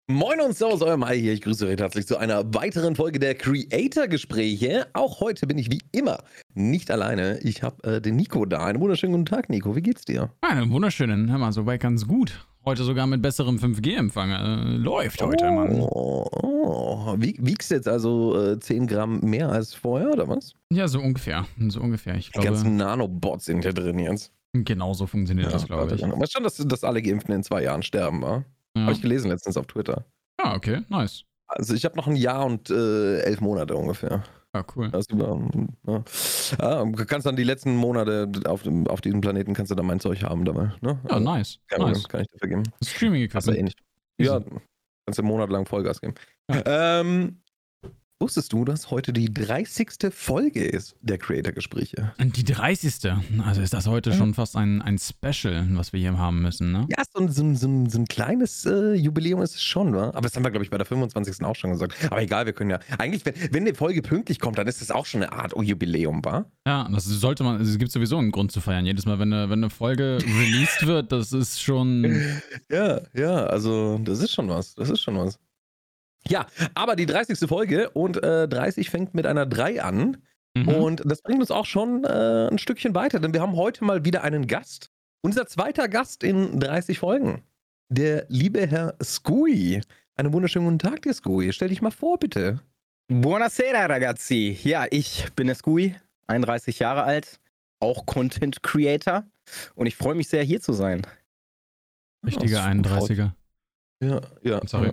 Moin und Servus, euer Mai hier. Ich grüße euch herzlich zu einer weiteren Folge der Creator-Gespräche. Auch heute bin ich wie immer nicht alleine. Ich habe den Nico da. Einen wunderschönen guten Tag, Nico. Wie geht's dir? Einen wunderschönen, hör mal, soweit ganz gut. Heute sogar mit besserem 5G-Empfang. Läuft heute, Mann. Wiegst jetzt also 10 Gramm mehr als vorher, oder was? Ja, so ungefähr. Ich Die glaube, ganzen Nanobots sind hier drin jetzt. genauso funktioniert das, glaube ich. Weißt schon, dass alle Geimpften in 2 Jahren sterben, wa? Ja. Habe ich gelesen letztens auf Twitter. Ah, okay, nice. Also ich habe noch ein Jahr und 11 Monate ungefähr. Ja, cool. Also, du kannst dann die letzten Monate auf diesem Planeten kannst du dann mein Zeug haben dabei. Ne? Ja, nice. Kann ich dir vergeben. Hast du Streaming-Equipment. nicht. Ja, kannst du einen Monat lang Vollgas geben. Ja. Wusstest du, dass heute die 30. Folge ist der Creator-Gespräche? Und die 30. Also ist das heute schon fast ein Special, was wir hier haben müssen, ne? Ja, so ein kleines Jubiläum ist es schon, wa? Aber das haben wir, glaube ich, bei der 25. auch schon gesagt. Aber egal, wir können ja. Eigentlich, wenn die Folge pünktlich kommt, dann ist es auch schon eine Art Jubiläum, wa? Ja, das sollte man, es gibt sowieso einen Grund zu feiern. Jedes Mal, wenn eine Folge released wird, das ist schon. Ja, also das ist schon was. Ja, aber die 30. Folge und 30 fängt mit einer 3 an. Mhm. Und das bringt uns auch schon ein Stückchen weiter, denn wir haben heute mal wieder einen Gast. Unser zweiter Gast in 30 Folgen. Der liebe Herr Scooey. Einen wunderschönen guten Tag, dir Scooey. Stell dich mal vor, bitte. Buonasera, ragazzi. Ja, ich bin der Scooey, 31 Jahre alt, auch Content Creator. Und ich freue mich sehr, hier zu sein. Richtiger 31er. Ja. Sorry.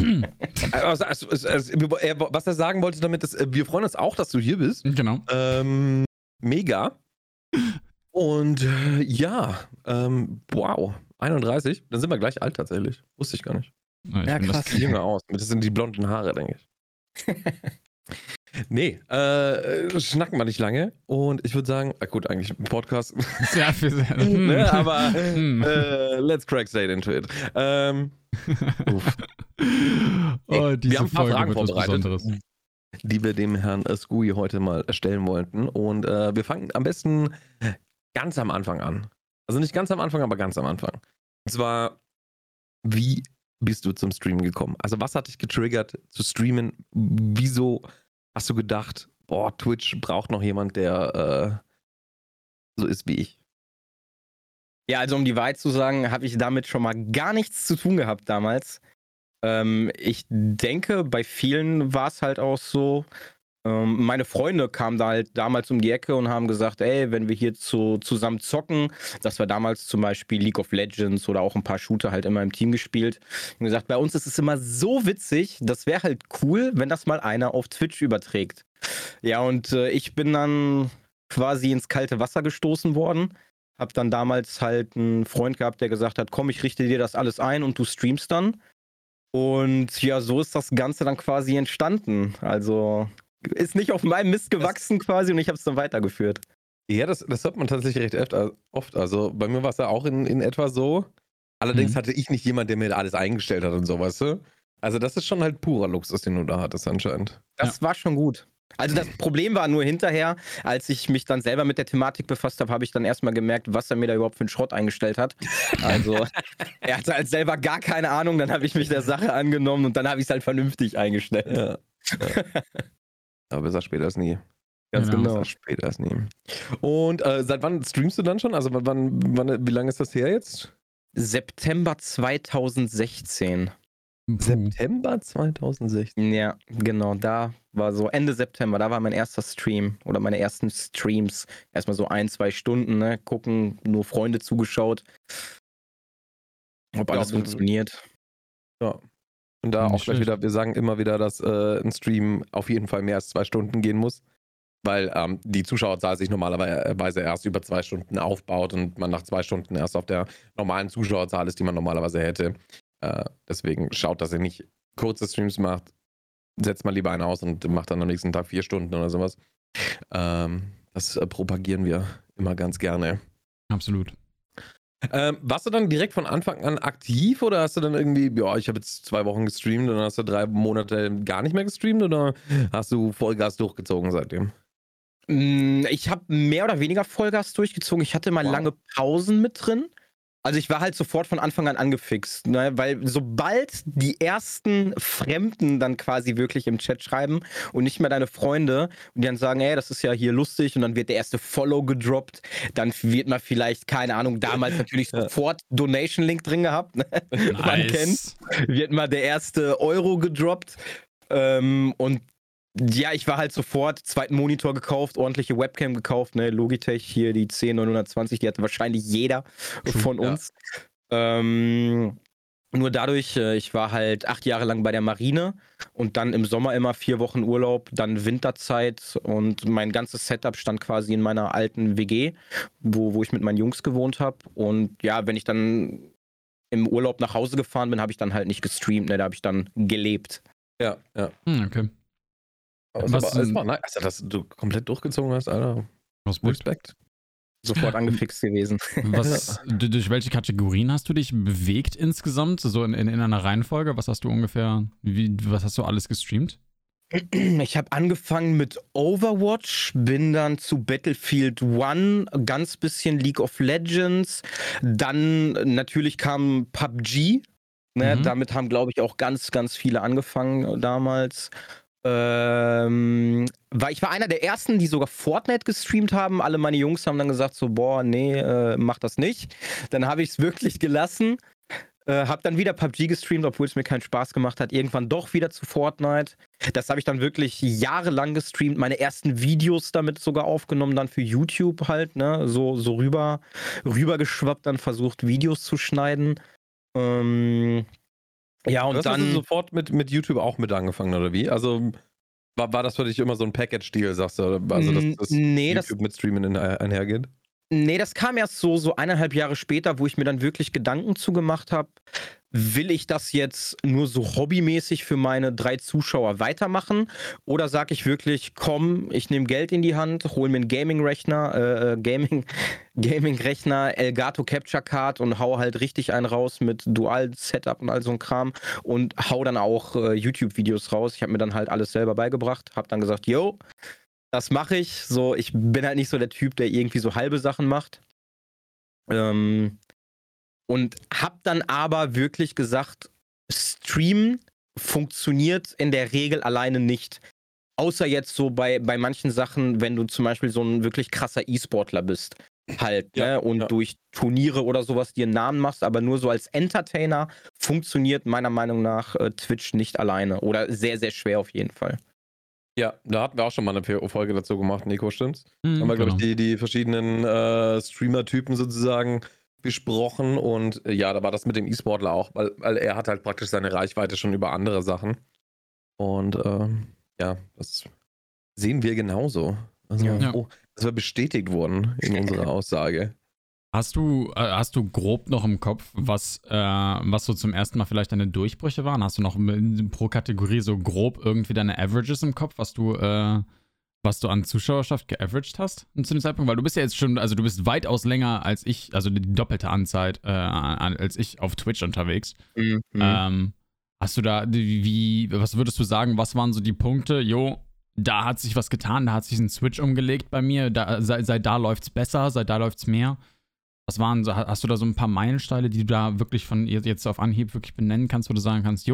Was er sagen wollte damit ist, wir freuen uns auch, dass du hier bist. Genau. Mega. Und wow, 31. Dann sind wir gleich alt tatsächlich. Wusste ich gar nicht. Ja, Ja, krass. Sieht jünger aus. Das sind die blonden Haare, denke ich. Nee, schnacken wir nicht lange. Und ich würde sagen, gut, eigentlich ein Podcast. Ja, Ne, aber let's crack straight into it. Diese wir haben ein paar Folge Fragen wird was vorbereitet, Besonderes. die wir dem Herrn Scooey heute mal stellen wollten. Und wir fangen am besten ganz am Anfang an. Also nicht ganz am Anfang, aber ganz am Anfang. Und zwar, wie bist du zum Streamen gekommen? Also was hat dich getriggert zu streamen? Wieso hast du gedacht, boah, Twitch braucht noch jemand, der so ist wie ich? Ja, also um die Wahrheit zu sagen, habe ich damit schon mal gar nichts zu tun gehabt damals. Ich denke, bei vielen war es halt auch so. Meine Freunde kamen da halt damals um die Ecke und haben gesagt, ey, wenn wir hier zusammen zocken, das war damals zum Beispiel League of Legends oder auch ein paar Shooter halt immer im Team gespielt. Und gesagt, bei uns ist es immer so witzig, das wäre halt cool, wenn das mal einer auf Twitch überträgt. Ja, und ich bin dann quasi ins kalte Wasser gestoßen worden. Hab dann damals halt einen Freund gehabt, der gesagt hat, komm, ich richte dir das alles ein und du streamst dann. Und ja, so ist das Ganze dann quasi entstanden. Also ist nicht auf meinem Mist gewachsen quasi und ich habe es dann weitergeführt. Ja, das hört man tatsächlich recht oft. Also bei mir war es ja auch in etwa so. Allerdings hatte ich nicht jemand, der mir alles eingestellt hat und so, weißt du? Also das ist schon halt purer Luxus, den du da hattest anscheinend. Das war schon gut. Also das Problem war nur hinterher, als ich mich dann selber mit der Thematik befasst habe, habe ich dann erstmal gemerkt, was er mir da überhaupt für einen Schrott eingestellt hat. Also er hatte halt selber gar keine Ahnung, dann habe ich mich der Sache angenommen und dann habe ich es halt vernünftig eingestellt. Ja. Aber besser später als nie. Ganz genau. Besser später als nie. Und seit wann streamst du dann schon? Also wie lange ist das her jetzt? September 2016. September 2016. Ja, genau, da war so Ende September, da war mein erster Stream oder meine ersten Streams. Erstmal so 1-2 Stunden, ne, gucken, nur Freunde zugeschaut, ob alles funktioniert. Ja. Und da auch gleich wieder, wir sagen immer wieder, dass ein Stream auf jeden Fall mehr als 2 Stunden gehen muss, weil die Zuschauerzahl sich normalerweise erst über 2 Stunden aufbaut und man nach 2 Stunden erst auf der normalen Zuschauerzahl ist, die man normalerweise hätte. Deswegen schaut, dass ihr nicht kurze Streams macht. Setzt mal lieber einen aus und macht dann am nächsten Tag 4 Stunden oder sowas. Das propagieren wir immer ganz gerne. Absolut. Warst du dann direkt von Anfang an aktiv oder hast du dann irgendwie, ja, ich habe jetzt 2 Wochen gestreamt und dann hast du 3 Monate gar nicht mehr gestreamt oder hast du Vollgas durchgezogen seitdem? Ich habe mehr oder weniger Vollgas durchgezogen. Ich hatte mal lange Pausen mit drin. Also ich war halt sofort von Anfang an angefixt, ne? Weil sobald die ersten Fremden dann quasi wirklich im Chat schreiben und nicht mehr deine Freunde und die dann sagen, ey, das ist ja hier lustig und dann wird der erste Follow gedroppt, dann wird man vielleicht, keine Ahnung, damals natürlich sofort Donation-Link drin gehabt, ne? Man kennt, wird mal der erste Euro gedroppt und ja, ich war halt sofort, zweiten Monitor gekauft, ordentliche Webcam gekauft, ne, Logitech hier, die 10920, die hatte wahrscheinlich jeder von uns. Nur dadurch, ich war halt 8 Jahre lang bei der Marine und dann im Sommer immer 4 Wochen Urlaub, dann Winterzeit und mein ganzes Setup stand quasi in meiner alten WG, wo ich mit meinen Jungs gewohnt habe. Und ja, wenn ich dann im Urlaub nach Hause gefahren bin, habe ich dann halt nicht gestreamt, ne, da habe ich dann gelebt. Ja. Okay. Dass du komplett durchgezogen hast, Alter. Respekt. Sofort angefixt gewesen. Durch welche Kategorien hast du dich bewegt insgesamt? So in einer Reihenfolge? Was hast du ungefähr, was hast du alles gestreamt? Ich habe angefangen mit Overwatch, bin dann zu Battlefield 1, ganz bisschen League of Legends. Dann natürlich kam PUBG. Ne? Damit haben, glaube ich, auch ganz, ganz viele angefangen damals. Ich war einer der ersten, die sogar Fortnite gestreamt haben. Alle meine Jungs haben dann gesagt so, boah, nee, mach das nicht. Dann habe ich es wirklich gelassen. Hab dann wieder PUBG gestreamt, obwohl es mir keinen Spaß gemacht hat. Irgendwann doch wieder zu Fortnite. Das habe ich dann wirklich jahrelang gestreamt. Meine ersten Videos damit sogar aufgenommen, dann für YouTube halt, ne? So rübergeschwappt, dann versucht, Videos zu schneiden. Ja, und dann. Hast du sofort mit YouTube auch mit angefangen, oder wie? Also war das für dich immer so ein Package-Deal, sagst du? Also, dass YouTube mit Streamen einhergeht? Nee, das kam erst so 1,5 Jahre später, wo ich mir dann wirklich Gedanken zugemacht habe, will ich das jetzt nur so hobbymäßig für meine 3 Zuschauer weitermachen? Oder sage ich wirklich, komm, ich nehme Geld in die Hand, hole mir einen Gaming-Rechner, Gaming-Rechner, Elgato Capture Card und hau halt richtig einen raus mit Dual-Setup und all so ein Kram und hau dann auch YouTube-Videos raus. Ich habe mir dann halt alles selber beigebracht, habe dann gesagt, yo, das mache ich. So, ich bin halt nicht so der Typ, der irgendwie so halbe Sachen macht. Und hab dann aber wirklich gesagt, Streamen funktioniert in der Regel alleine nicht. Außer jetzt so bei manchen Sachen, wenn du zum Beispiel so ein wirklich krasser E-Sportler bist. Halt, ne? Und durch Turniere oder sowas dir einen Namen machst, aber nur so als Entertainer funktioniert meiner Meinung nach Twitch nicht alleine. Oder sehr, sehr schwer auf jeden Fall. Ja, da hatten wir auch schon mal eine Folge dazu gemacht, Nico, stimmt's? Haben wir, glaube ich, die verschiedenen Streamer-Typen sozusagen besprochen und ja, da war das mit dem E-Sportler auch, weil er hat halt praktisch seine Reichweite schon über andere Sachen. Und ja, das sehen wir genauso. Also, dass wir bestätigt wurden in unserer Aussage. Hast du grob noch im Kopf, was so zum ersten Mal vielleicht deine Durchbrüche waren? Hast du noch pro Kategorie so grob irgendwie deine Averages im Kopf, was du an Zuschauerschaft geaveraged hast zu dem Zeitpunkt? Weil du bist ja jetzt schon, also du bist weitaus länger als ich, also die doppelte Anzeit als ich auf Twitch unterwegs. Hast du da, was würdest du sagen, was waren so die Punkte? Da hat sich was getan, da hat sich ein Switch umgelegt bei mir, seit da läuft's besser, seit da läuft's mehr. Hast du da so ein paar Meilensteine, die du da wirklich von jetzt auf Anhieb wirklich benennen kannst, wo du sagen kannst,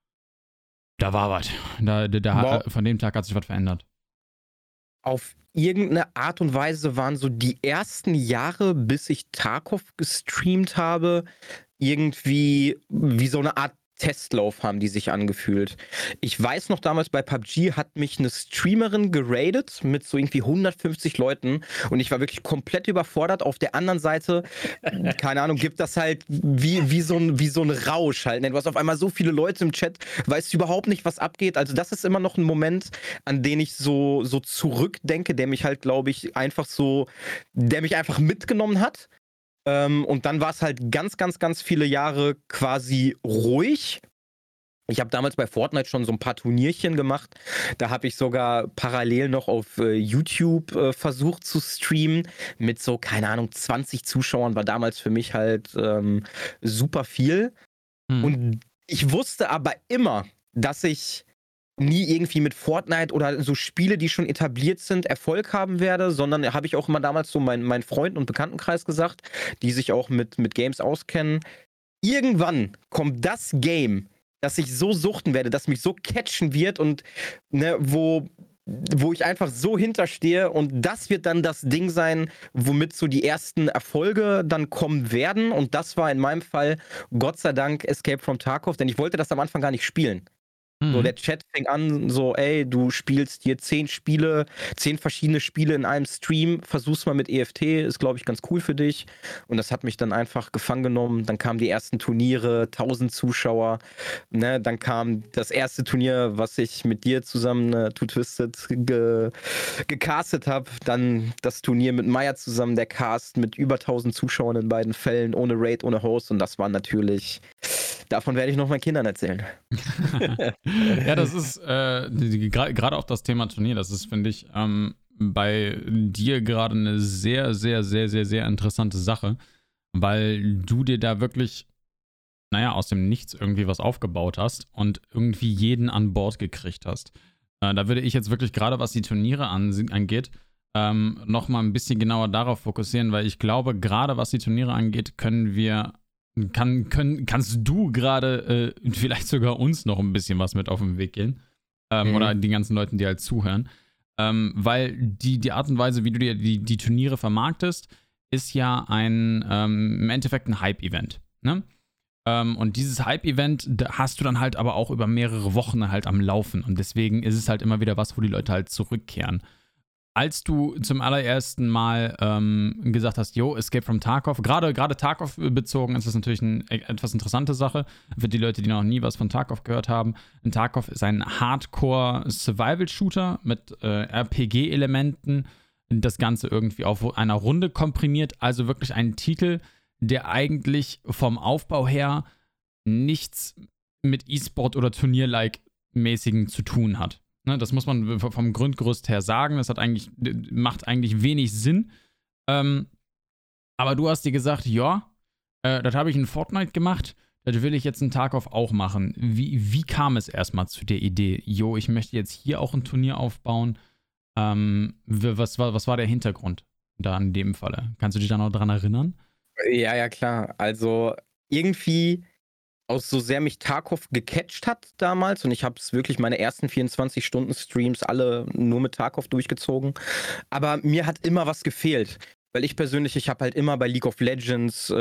da war was. Von dem Tag hat sich was verändert. Auf irgendeine Art und Weise waren so die ersten Jahre, bis ich Tarkov gestreamt habe, irgendwie wie so eine Art Testlauf haben die sich angefühlt. Ich weiß noch, damals bei PUBG hat mich eine Streamerin geradet mit so irgendwie 150 Leuten und ich war wirklich komplett überfordert. Auf der anderen Seite, keine Ahnung, gibt das halt wie so ein Rausch halt. Du hast auf einmal so viele Leute im Chat, weißt du überhaupt nicht, was abgeht. Also das ist immer noch ein Moment, an den ich so zurückdenke, der mich halt, glaube ich, der mich einfach mitgenommen hat. Und dann war es halt ganz, ganz, ganz viele Jahre quasi ruhig. Ich habe damals bei Fortnite schon so ein paar Turnierchen gemacht. Da habe ich sogar parallel noch auf YouTube versucht zu streamen. Mit so, keine Ahnung, 20 Zuschauern war damals für mich halt super viel. Und ich wusste aber immer, dass ich nie irgendwie mit Fortnite oder so Spiele, die schon etabliert sind, Erfolg haben werde, sondern habe ich auch immer damals so meinen Freunden und Bekanntenkreis gesagt, die sich auch mit Games auskennen. Irgendwann kommt das Game, das ich so suchten werde, das mich so catchen wird und ne, wo ich einfach so hinterstehe und das wird dann das Ding sein, womit so die ersten Erfolge dann kommen werden und das war in meinem Fall Gott sei Dank Escape from Tarkov, denn ich wollte das am Anfang gar nicht spielen. So, der Chat fing an, so, ey, du spielst hier 10 verschiedene Spiele in einem Stream, versuch's mal mit EFT, ist, glaube ich, ganz cool für dich. Und das hat mich dann einfach gefangen genommen. Dann kamen die ersten Turniere, 1000 Zuschauer. Ne? Dann kam das erste Turnier, was ich mit dir zusammen, Two Twisted, gecastet habe. Dann das Turnier mit Maya zusammen, der Cast mit über 1000 Zuschauern in beiden Fällen, ohne Raid, ohne Host. Und das war natürlich... Davon werde ich noch meinen Kindern erzählen. Ja, das ist gerade auch das Thema Turnier, das ist, finde ich, bei dir gerade eine sehr, sehr, sehr, sehr, sehr interessante Sache, weil du dir da wirklich, aus dem Nichts irgendwie was aufgebaut hast und irgendwie jeden an Bord gekriegt hast. Da würde ich jetzt wirklich gerade, was die Turniere angeht, nochmal ein bisschen genauer darauf fokussieren, weil ich glaube, gerade was die Turniere angeht, kannst du gerade vielleicht sogar uns noch ein bisschen was mit auf den Weg gehen. Oder den ganzen Leuten, die halt zuhören. Weil die Art und Weise, wie du dir die Turniere vermarktest, ist ja im Endeffekt ein Hype-Event. Ne? Und dieses Hype-Event hast du dann halt aber auch über mehrere Wochen halt am Laufen. Und deswegen ist es halt immer wieder was, wo die Leute halt zurückkehren. Als du zum allerersten Mal gesagt hast, Escape from Tarkov, gerade Tarkov bezogen, ist das natürlich eine etwas interessante Sache für die Leute, die noch nie was von Tarkov gehört haben. Tarkov ist ein Hardcore-Survival-Shooter mit RPG-Elementen, das Ganze irgendwie auf einer Runde komprimiert, also wirklich ein Titel, der eigentlich vom Aufbau her nichts mit E-Sport oder Turnier-like-mäßigen zu tun hat. Ne, das muss man vom Grundgerüst her sagen. Das macht eigentlich wenig Sinn. Aber du hast dir gesagt, das habe ich in Fortnite gemacht, das will ich jetzt in Tarkov auch machen. Wie kam es erstmal zu der Idee, ich möchte jetzt hier auch ein Turnier aufbauen? Was war der Hintergrund da in dem Falle? Kannst du dich da noch dran erinnern? Ja, klar. Also irgendwie aus so sehr mich Tarkov gecatcht hat damals und ich habe es wirklich meine ersten 24-Stunden-Streams alle nur mit Tarkov durchgezogen. Aber mir hat immer was gefehlt, weil ich habe halt immer bei League of Legends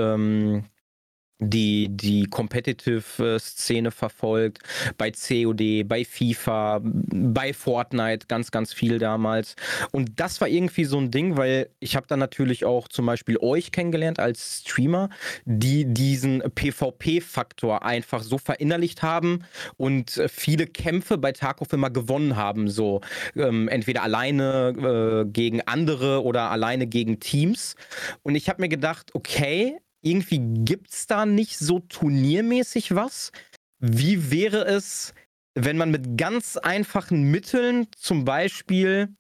die Competitive-Szene verfolgt, bei COD, bei FIFA, bei Fortnite, ganz, ganz viel damals. Und das war irgendwie so ein Ding, weil ich habe dann natürlich auch zum Beispiel euch kennengelernt als Streamer, die diesen PvP-Faktor einfach so verinnerlicht haben und viele Kämpfe bei Tarkov immer gewonnen haben, so entweder alleine gegen andere oder alleine gegen Teams. Und ich habe mir gedacht, okay, irgendwie gibt's da nicht so turniermäßig was. Wie wäre es, wenn man mit ganz einfachen Mitteln, zum Beispiel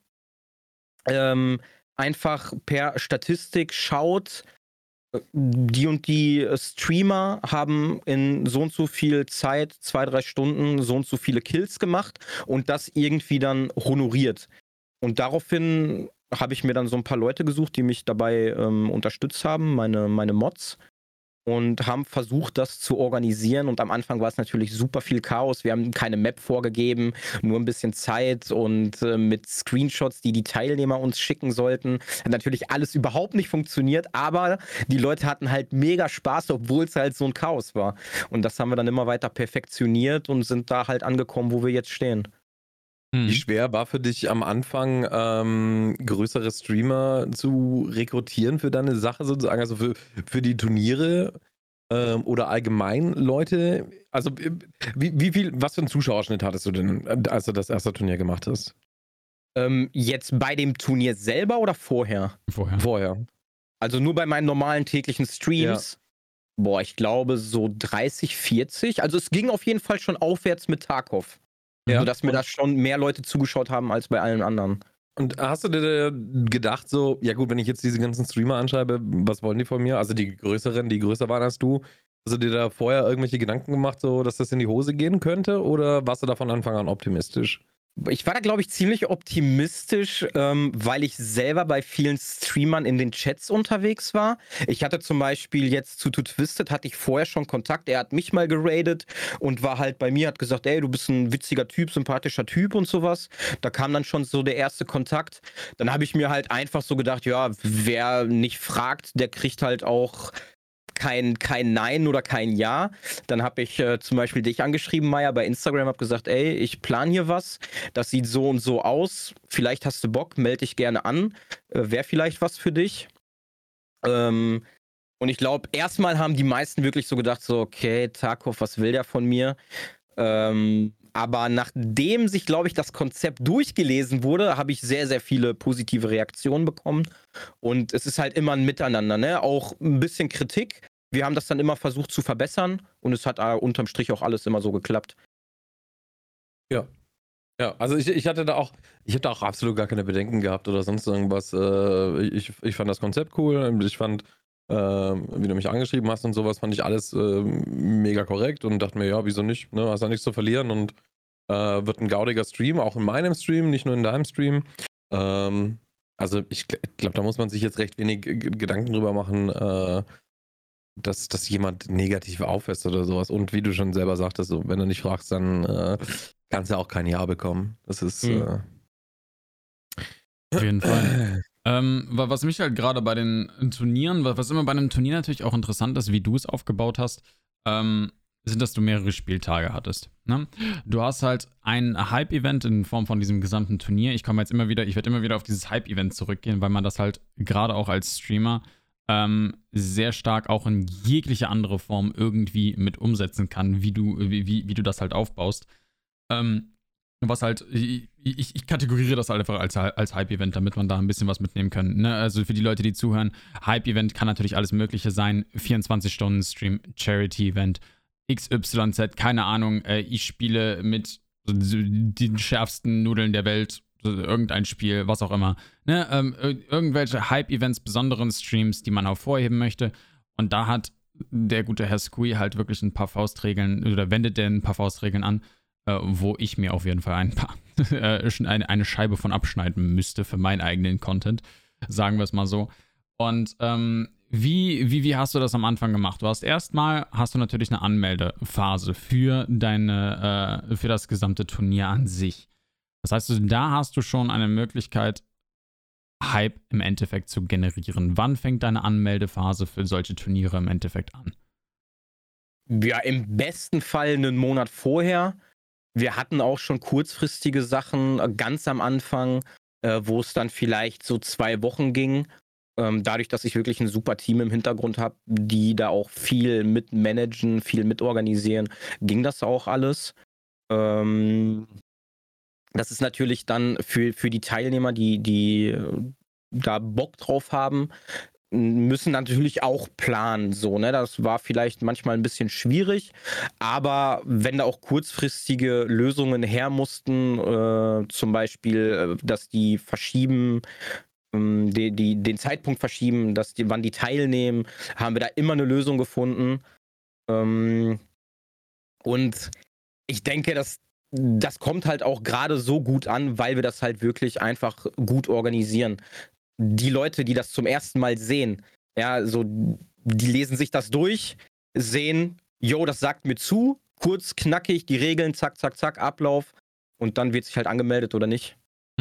einfach per Statistik schaut, die und die Streamer haben in so und so viel Zeit, 2-3 Stunden, so und so viele Kills gemacht und das irgendwie dann honoriert. Und daraufhin habe ich mir dann so ein paar Leute gesucht, die mich dabei unterstützt haben, meine Mods, und haben versucht, das zu organisieren. Und am Anfang war es natürlich super viel Chaos. Wir haben keine Map vorgegeben, nur ein bisschen Zeit und mit Screenshots, die Teilnehmer uns schicken sollten. Hat natürlich alles überhaupt nicht funktioniert, aber die Leute hatten halt mega Spaß, obwohl es halt so ein Chaos war. Und das haben wir dann immer weiter perfektioniert und sind da halt angekommen, wo wir jetzt stehen. Wie schwer war für dich am Anfang, größere Streamer zu rekrutieren für deine Sache sozusagen, also für die Turniere oder allgemein Leute? Also was für einen Zuschauerschnitt hattest du denn, als du das erste Turnier gemacht hast? Jetzt bei dem Turnier selber oder vorher? Vorher. Also nur bei meinen normalen täglichen Streams. Ja. Boah, ich glaube so 30, 40. Also es ging auf jeden Fall schon aufwärts mit Tarkov. Ja, sodass mir da schon mehr Leute zugeschaut haben als bei allen anderen. Und hast du dir gedacht so, ja gut, wenn ich jetzt diese ganzen Streamer anschreibe, was wollen die von mir? Also die größeren, die größer waren als du, Hast du dir da vorher irgendwelche Gedanken gemacht, so dass das in die Hose gehen könnte? Oder warst du da von Anfang an optimistisch? Ich war da, glaube ich, ziemlich optimistisch, weil ich selber bei vielen Streamern in den Chats unterwegs war. Ich hatte zum Beispiel jetzt zu Twisted, hatte ich vorher schon Kontakt. Er hat mich mal geradet und war halt bei mir, hat gesagt, ey, du bist ein witziger Typ, sympathischer Typ und sowas. Da kam dann schon so der erste Kontakt. Dann habe ich mir halt einfach so gedacht, ja, wer nicht fragt, der kriegt halt auch kein Nein oder kein Ja. Dann habe ich zum Beispiel dich angeschrieben, Maya, bei Instagram, habe gesagt, ey, ich plane hier was, das sieht so und so aus, vielleicht hast du Bock, melde dich gerne an, wäre vielleicht was für dich. Und ich glaube, erstmal haben die meisten wirklich so gedacht, so, okay, Tarkov, was will der von mir? Aber nachdem sich, glaube ich, das Konzept durchgelesen wurde, habe ich sehr, sehr viele positive Reaktionen bekommen. Und es ist halt immer ein Miteinander, ne? Auch ein bisschen Kritik. Wir haben das dann immer versucht zu verbessern und es hat unterm Strich auch alles immer so geklappt. Ja. Ja, also ich hatte da auch absolut gar keine Bedenken gehabt oder sonst irgendwas. Ich fand das Konzept cool. Ich fand, wie du mich angeschrieben hast und sowas, fand ich alles mega korrekt und dachte mir, ja, wieso nicht? Ne? Hast ja nichts zu verlieren und wird ein gaudiger Stream, auch in meinem Stream, nicht nur in deinem Stream. Also ich glaube, da muss man sich jetzt recht wenig Gedanken drüber machen, dass jemand negativ auffasst oder sowas. Und wie du schon selber sagtest, so, wenn du nicht fragst, dann kannst du auch kein Ja bekommen. Das ist auf jeden Fall. Was mich halt gerade bei den Turnieren, was immer bei einem Turnier natürlich auch interessant ist, wie du es aufgebaut hast, sind, dass du mehrere Spieltage hattest. Ne? Du hast halt ein Hype-Event in Form von diesem gesamten Turnier. Ich werde immer wieder auf dieses Hype-Event zurückgehen, weil man das halt gerade auch als Streamer sehr stark auch in jegliche andere Form irgendwie mit umsetzen kann, wie du das halt aufbaust. Was halt, ich kategoriere das halt einfach als Hype-Event, damit man da ein bisschen was mitnehmen kann. Ne? Also für die Leute, die zuhören, Hype-Event kann natürlich alles Mögliche sein. 24-Stunden-Stream, Charity-Event, XYZ, keine Ahnung. Ich spiele mit den schärfsten Nudeln der Welt, irgendein Spiel, was auch immer. Ne? Irgendwelche Hype-Events, besonderen Streams, die man hervorheben möchte. Und da hat der gute Herr Squee halt wirklich ein paar Faustregeln, oder wendet der ein paar Faustregeln an, wo ich mir auf jeden Fall eine Scheibe von abschneiden müsste für meinen eigenen Content, sagen wir es mal so. Und wie hast du das am Anfang gemacht? Hast du natürlich eine Anmeldephase für das gesamte Turnier an sich. Das heißt, da hast du schon eine Möglichkeit, Hype im Endeffekt zu generieren. Wann fängt deine Anmeldephase für solche Turniere im Endeffekt an? Ja, im besten Fall einen Monat vorher. Wir hatten auch schon kurzfristige Sachen ganz am Anfang, wo es dann vielleicht so 2 Wochen ging. Dadurch, dass ich wirklich ein super Team im Hintergrund habe, die da auch viel mitmanagen, viel mitorganisieren, ging das auch alles. Das ist natürlich dann für die Teilnehmer, die da Bock drauf haben, müssen natürlich auch planen, so, ne? Das war vielleicht manchmal ein bisschen schwierig, aber wenn da auch kurzfristige Lösungen her mussten, zum Beispiel, dass die verschieben, den Zeitpunkt verschieben, wann die teilnehmen, haben wir da immer eine Lösung gefunden. Und ich denke, das kommt halt auch gerade so gut an, weil wir das halt wirklich einfach gut organisieren. Die Leute, die das zum ersten Mal sehen, ja, so, die lesen sich das durch, sehen, yo, das sagt mir zu, kurz, knackig, die Regeln, zack, zack, zack, Ablauf und dann wird sich halt angemeldet oder nicht.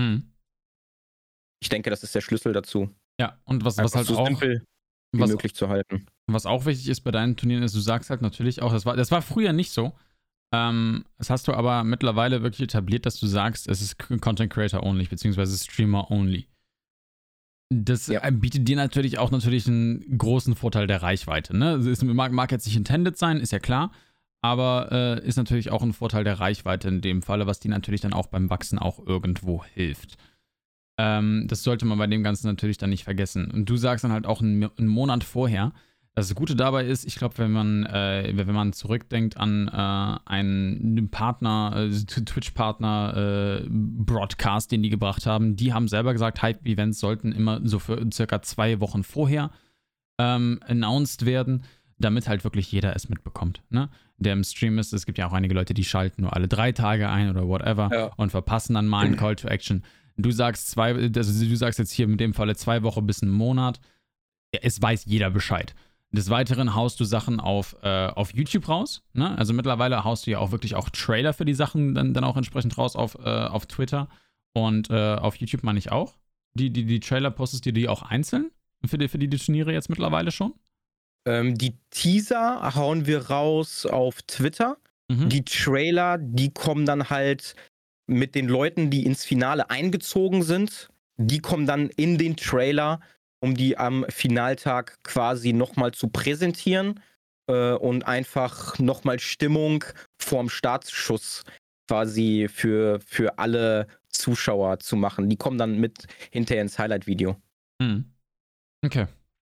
Ich denke, das ist der Schlüssel dazu. Ja, und was halt so auch simpel wie möglich zu halten. Was auch wichtig ist bei deinen Turnieren ist, du sagst halt natürlich auch, das war früher nicht so. Das hast du aber mittlerweile wirklich etabliert, dass du sagst, es ist Content Creator only, beziehungsweise Streamer only. Das bietet dir natürlich einen großen Vorteil der Reichweite. Ne? Es mag jetzt nicht intended sein, ist ja klar, aber ist natürlich auch ein Vorteil der Reichweite in dem Falle, was dir natürlich dann auch beim Wachsen auch irgendwo hilft. Das sollte man bei dem Ganzen natürlich dann nicht vergessen. Und du sagst dann halt auch einen Monat vorher. Das Gute dabei ist, ich glaube, wenn man zurückdenkt an einen Partner, Twitch-Partner, Broadcast, den die gebracht haben, die haben selber gesagt, Hype-Events sollten immer so für circa 2 Wochen vorher announced werden, damit halt wirklich jeder es mitbekommt, ne? Der im Stream ist, es gibt ja auch einige Leute, die schalten nur alle 3 Tage ein oder whatever und verpassen dann mal einen Call to Action. Du sagst du sagst jetzt hier in dem Falle 2 Wochen bis einen Monat. Es weiß jeder Bescheid. Des Weiteren haust du Sachen auf YouTube raus, ne? Also mittlerweile haust du ja auch wirklich auch Trailer für die Sachen dann auch entsprechend raus auf Twitter und auf YouTube meine ich auch. Die Trailer postest du die auch einzeln für die Turniere jetzt mittlerweile schon? Die Teaser hauen wir raus auf Twitter. Die Trailer, die kommen dann halt mit den Leuten, die ins Finale eingezogen sind. Die kommen dann in den Trailer, um die am Finaltag quasi nochmal zu präsentieren und einfach nochmal Stimmung vorm Startschuss quasi für alle Zuschauer zu machen. Die kommen dann mit hinterher ins Highlight-Video. Okay.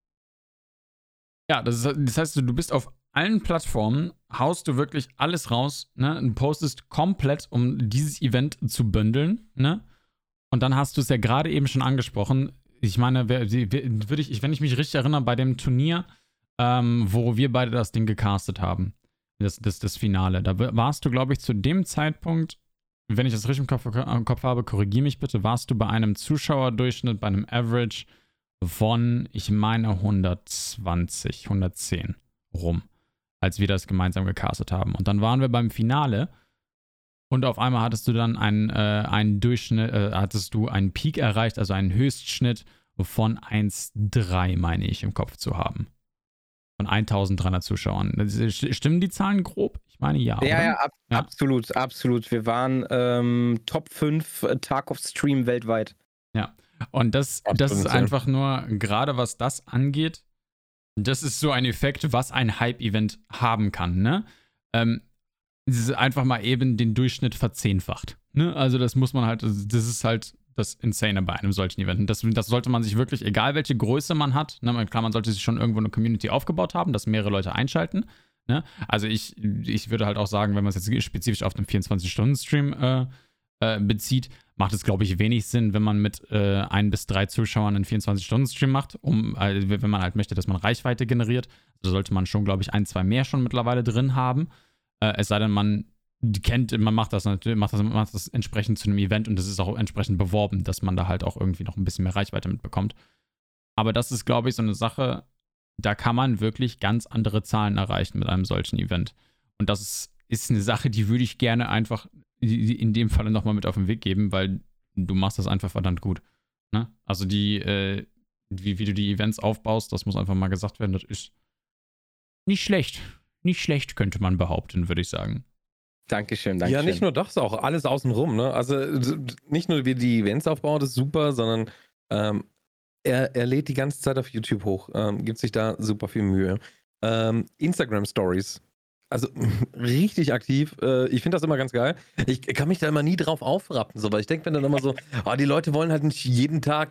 Ja, das heißt, du bist auf allen Plattformen, haust du wirklich alles raus, ne? Und postest komplett, um dieses Event zu bündeln, ne? Und dann hast du es ja gerade eben schon angesprochen. Ich meine, wenn ich mich richtig erinnere, bei dem Turnier, wo wir beide das Ding gecastet haben, das Finale, da warst du, glaube ich, zu dem Zeitpunkt, wenn ich das richtig im Kopf habe, korrigiere mich bitte, warst du bei einem Zuschauerdurchschnitt, bei einem Average von, ich meine, 120, 110 rum, als wir das gemeinsam gecastet haben. Und dann waren wir beim Finale und auf einmal hattest du dann einen Durchschnitt, hattest du einen Peak erreicht, also einen Höchstschnitt von 1,3, meine ich, im Kopf zu haben. Von 1300 Zuschauern. Stimmen die Zahlen grob? Ich meine, ja. Ja, absolut, absolut. Wir waren Top 5 Tarkov-Stream weltweit. Ja. Und das ist einfach nur, gerade was das angeht, das ist so ein Effekt, was ein Hype-Event haben kann, ne? Es ist einfach mal eben den Durchschnitt verzehnfacht, ne? Also das muss man halt, das ist halt das Insane bei einem solchen Event. Und das sollte man sich wirklich, egal welche Größe man hat, ne? Klar, man sollte sich schon irgendwo eine Community aufgebaut haben, dass mehrere Leute einschalten, ne? Also ich würde halt auch sagen, wenn man es jetzt spezifisch auf einen 24-Stunden-Stream bezieht, macht es, glaube ich, wenig Sinn, wenn man mit 1 bis 3 Zuschauern einen 24-Stunden-Stream macht, wenn man halt möchte, dass man Reichweite generiert. Also sollte man schon, glaube ich, 1, 2 mehr schon mittlerweile drin haben. Es sei denn, man macht das entsprechend zu einem Event und das ist auch entsprechend beworben, dass man da halt auch irgendwie noch ein bisschen mehr Reichweite mitbekommt. Aber das ist, glaube ich, so eine Sache, da kann man wirklich ganz andere Zahlen erreichen mit einem solchen Event. Und das ist eine Sache, die würde ich gerne einfach in dem Falle nochmal mit auf den Weg geben, weil du machst das einfach verdammt gut. Ne? Also wie du die Events aufbaust, das muss einfach mal gesagt werden, das ist nicht schlecht. Nicht schlecht, könnte man behaupten, würde ich sagen. Dankeschön. Ja, nicht nur das, auch alles außenrum, ne? Also nicht nur wie die Events aufbauen, das ist super, sondern er lädt die ganze Zeit auf YouTube hoch, gibt sich da super viel Mühe. Instagram Stories. Also richtig aktiv. Ich finde das immer ganz geil. Ich kann mich da immer nie drauf aufrappen, so, weil ich denke, wenn dann immer so, die Leute wollen halt nicht jeden Tag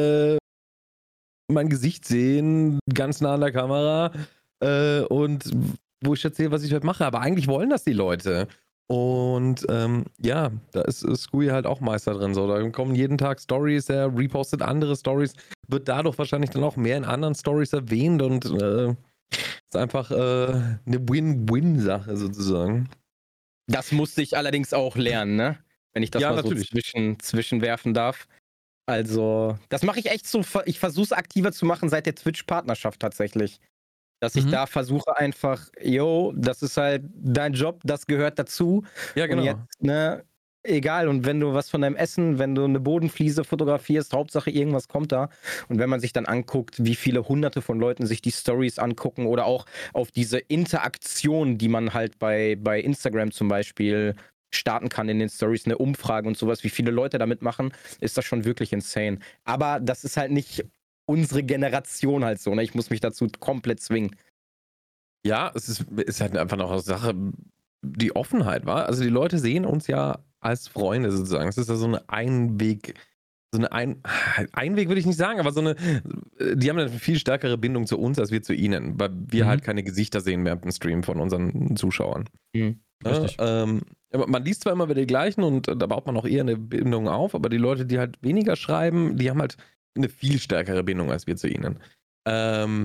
mein Gesicht sehen, ganz nah an der Kamera und wo ich erzähle, was ich heute mache. Aber eigentlich wollen das die Leute. Und ja, da ist Scooey halt auch Meister drin. So. Da kommen jeden Tag Stories, er repostet andere Stories, wird dadurch wahrscheinlich dann auch mehr in anderen Stories erwähnt und ist einfach eine Win-Win-Sache sozusagen. Das musste ich allerdings auch lernen, ne? Wenn ich das mal natürlich so zwischenwerfen darf. Also, das mache ich echt so, ich versuche es aktiver zu machen seit der Twitch-Partnerschaft tatsächlich. Dass ich da versuche einfach, das ist halt dein Job, das gehört dazu. Ja, genau. Und jetzt, ne, egal, und wenn du was von deinem Essen, wenn du eine Bodenfliese fotografierst, Hauptsache irgendwas kommt da. Und wenn man sich dann anguckt, wie viele hunderte von Leuten sich die Stories angucken oder auch auf diese Interaktion, die man halt bei Instagram zum Beispiel starten kann in den Stories, eine Umfrage und sowas, wie viele Leute damit machen, ist das schon wirklich insane. Aber das ist halt nicht unsere Generation halt so, ne? Ich muss mich dazu komplett zwingen. Ja, es ist halt einfach noch eine Sache, die Offenheit war. Also die Leute sehen uns ja als Freunde sozusagen. Es ist ja so eine Einweg würde ich nicht sagen, aber die haben eine viel stärkere Bindung zu uns als wir zu ihnen, weil wir halt keine Gesichter sehen während dem Stream von unseren Zuschauern. Richtig. Man liest zwar immer wieder die gleichen und da baut man auch eher eine Bindung auf, aber die Leute, die halt weniger schreiben, die haben halt eine viel stärkere Bindung als wir zu ihnen.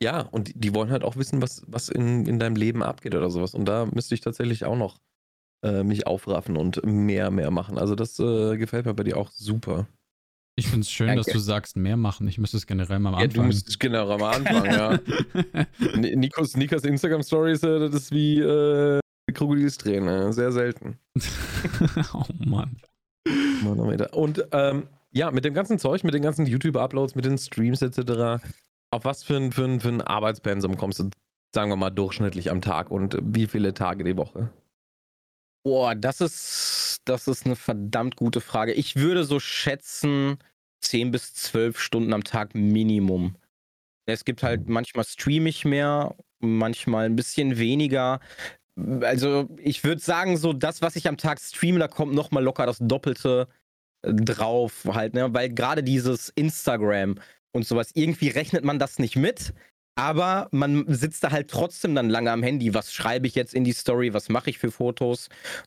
Ja, und die wollen halt auch wissen, was in deinem Leben abgeht oder sowas. Und da müsste ich tatsächlich auch noch mich aufraffen und mehr machen. Also das gefällt mir bei dir auch super. Ich finde es schön, Danke. dass du sagst, mehr machen. Ich müsste es generell mal Ja, du anfangen. müsstest generell mal anfangen, ja. Nikas Instagram-Stories, das ist wie Krokodilstränen, sehr selten. Oh Mann. Und ja, mit dem ganzen Zeug, mit den ganzen YouTube-Uploads, mit den Streams etc., auf was für ein Arbeitspensum kommst du, sagen wir mal, durchschnittlich am Tag und wie viele Tage die Woche? Boah, das ist eine verdammt gute Frage. Ich würde so schätzen 10 bis 12 Stunden am Tag Minimum. Es gibt halt, manchmal streame ich mehr, manchmal ein bisschen weniger. Also ich würde sagen, so das, was ich am Tag streame, da kommt nochmal locker das Doppelte drauf halt, ne? Weil gerade dieses Instagram und sowas, irgendwie rechnet man das nicht mit, aber man sitzt da halt trotzdem dann lange am Handy. Was schreibe ich jetzt in die Story? Was mache ich für Fotos?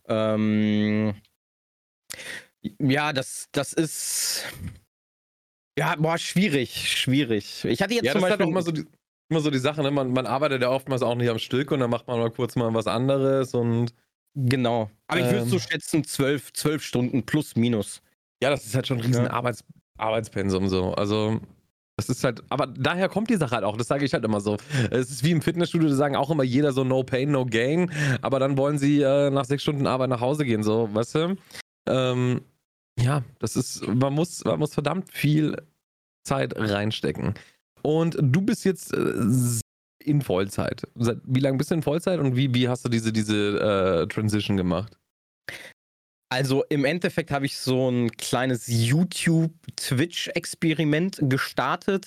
Ja, das ist... Ja, boah, schwierig. Ich hatte jetzt Ja, zum das ist halt Beispiel... auch immer so die Sache, ne? Man arbeitet ja oftmals auch nicht am Stück und dann macht man mal kurz mal was anderes und... Genau. Aber ich würde so schätzen 12 Stunden plus minus. Ja, das ist halt schon ein riesen Arbeitspensum so. Also, das ist halt, aber daher kommt die Sache halt auch, das sage ich halt immer so. Es ist wie im Fitnessstudio, da sagen auch immer jeder so no pain, no gain, aber dann wollen sie nach 6 Stunden Arbeit nach Hause gehen, so, weißt du? Ja, das ist, man muss verdammt viel Zeit reinstecken. Und du bist jetzt in Vollzeit. Wie lange bist du in Vollzeit und wie hast du diese Transition gemacht? Also im Endeffekt habe ich so ein kleines YouTube-Twitch-Experiment gestartet.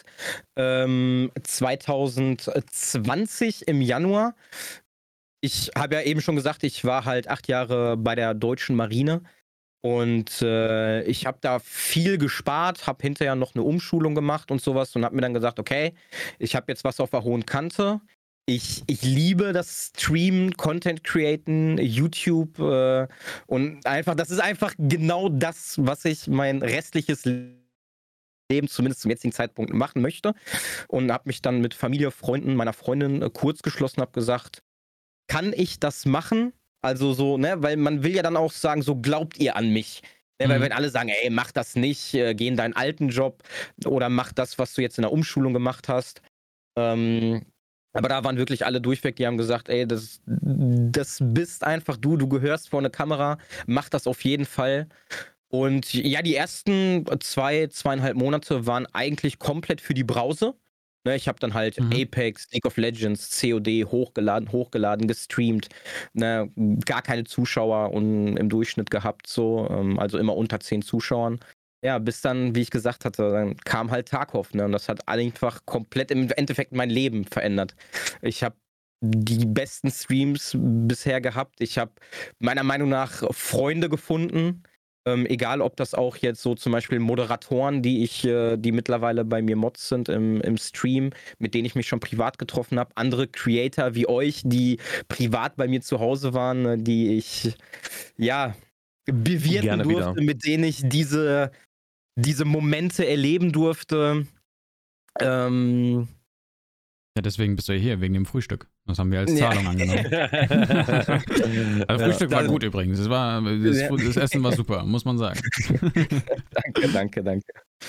2020 im Januar. Ich habe ja eben schon gesagt, ich war halt 8 Jahre bei der Deutschen Marine. Und ich habe da viel gespart, habe hinterher noch eine Umschulung gemacht und sowas und habe mir dann gesagt, okay, ich habe jetzt was auf der hohen Kante. Ich liebe das Streamen, Content createn, YouTube und einfach, das ist einfach genau das, was ich mein restliches Leben zumindest zum jetzigen Zeitpunkt machen möchte. Und habe mich dann mit Familie, Freunden, meiner Freundin kurz geschlossen, habe gesagt, kann ich das machen? Also so, ne, weil man will ja dann auch sagen, so glaubt ihr an mich. Ne, weil wenn alle sagen, ey, mach das nicht, geh in deinen alten Job oder mach das, was du jetzt in der Umschulung gemacht hast. Aber da waren wirklich alle durchweg, die haben gesagt, ey, das bist einfach du gehörst vor eine Kamera, mach das auf jeden Fall. Und ja, die ersten 2,5 Monate waren eigentlich komplett für die Brause. Ne, ich habe dann halt Apex, League of Legends, COD hochgeladen, gestreamt. Ne, gar keine Zuschauer und im Durchschnitt gehabt, so, also immer unter 10 Zuschauern. Ja, bis dann, wie ich gesagt hatte, dann kam halt Tarkov, ne? Und das hat einfach komplett im Endeffekt mein Leben verändert. Ich habe die besten Streams bisher gehabt. Ich habe meiner Meinung nach Freunde gefunden. Egal, ob das auch jetzt so zum Beispiel Moderatoren, die mittlerweile bei mir Mods sind im Stream, mit denen ich mich schon privat getroffen habe, andere Creator wie euch, die privat bei mir zu Hause waren, die ich ja bewirten durfte, wieder, mit denen ich diese Momente erleben durfte. Ja, deswegen bist du ja hier, wegen dem Frühstück. Das haben wir als Zahlung angenommen. Also Frühstück war gut übrigens. Das Essen war super, muss man sagen. Danke.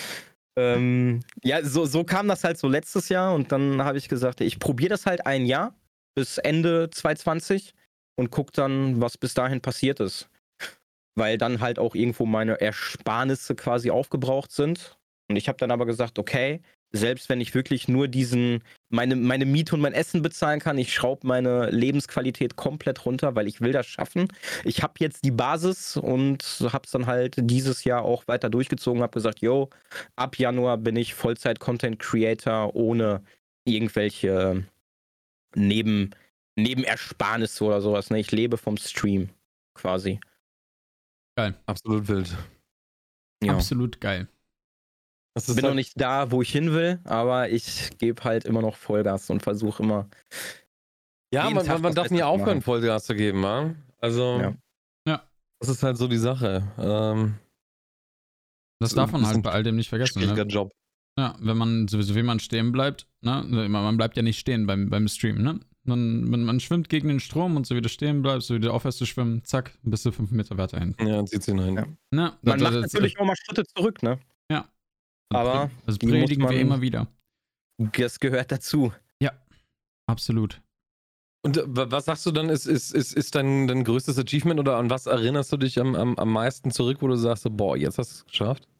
Ja, so kam das halt so letztes Jahr und dann habe ich gesagt, ich probiere das halt ein Jahr bis Ende 2020 und gucke dann, was bis dahin passiert ist. Weil dann halt auch irgendwo meine Ersparnisse quasi aufgebraucht sind. Und ich habe dann aber gesagt, okay, selbst wenn ich wirklich nur meine Miete und mein Essen bezahlen kann, ich schraube meine Lebensqualität komplett runter, weil ich will das schaffen. Ich habe jetzt die Basis und habe es dann halt dieses Jahr auch weiter durchgezogen, habe gesagt, yo, ab Januar bin ich Vollzeit-Content-Creator ohne irgendwelche Nebenersparnisse oder sowas. Ne? Ich lebe vom Stream quasi. Geil. Absolut wild. Ja. Absolut geil. Ich bin noch nicht da, wo ich hin will, aber ich gebe halt immer noch Vollgas und versuche immer. Ja, man darf nie aufhören, Vollgas zu geben, wa? Also, ja. Das ist halt so die Sache. Das darf man halt bei all dem nicht vergessen. Schwieriger Job. Ja, wenn man sowieso wie man stehen bleibt, ne? Man bleibt ja nicht stehen beim Stream, ne? Man schwimmt gegen den Strom und so wie du stehen bleibst, so wie du aufhörst zu schwimmen, zack, bist du 5 Meter weiter hinten. Ja, zieht sie hin. Ja. Ne? Man macht natürlich auch mal Schritte zurück, ne? Ja. Aber das predigen wir immer wieder. Das gehört dazu. Ja, absolut. Und was sagst du dann, ist dein größtes Achievement oder an was erinnerst du dich am meisten zurück, wo du sagst, so, boah, jetzt hast du es geschafft?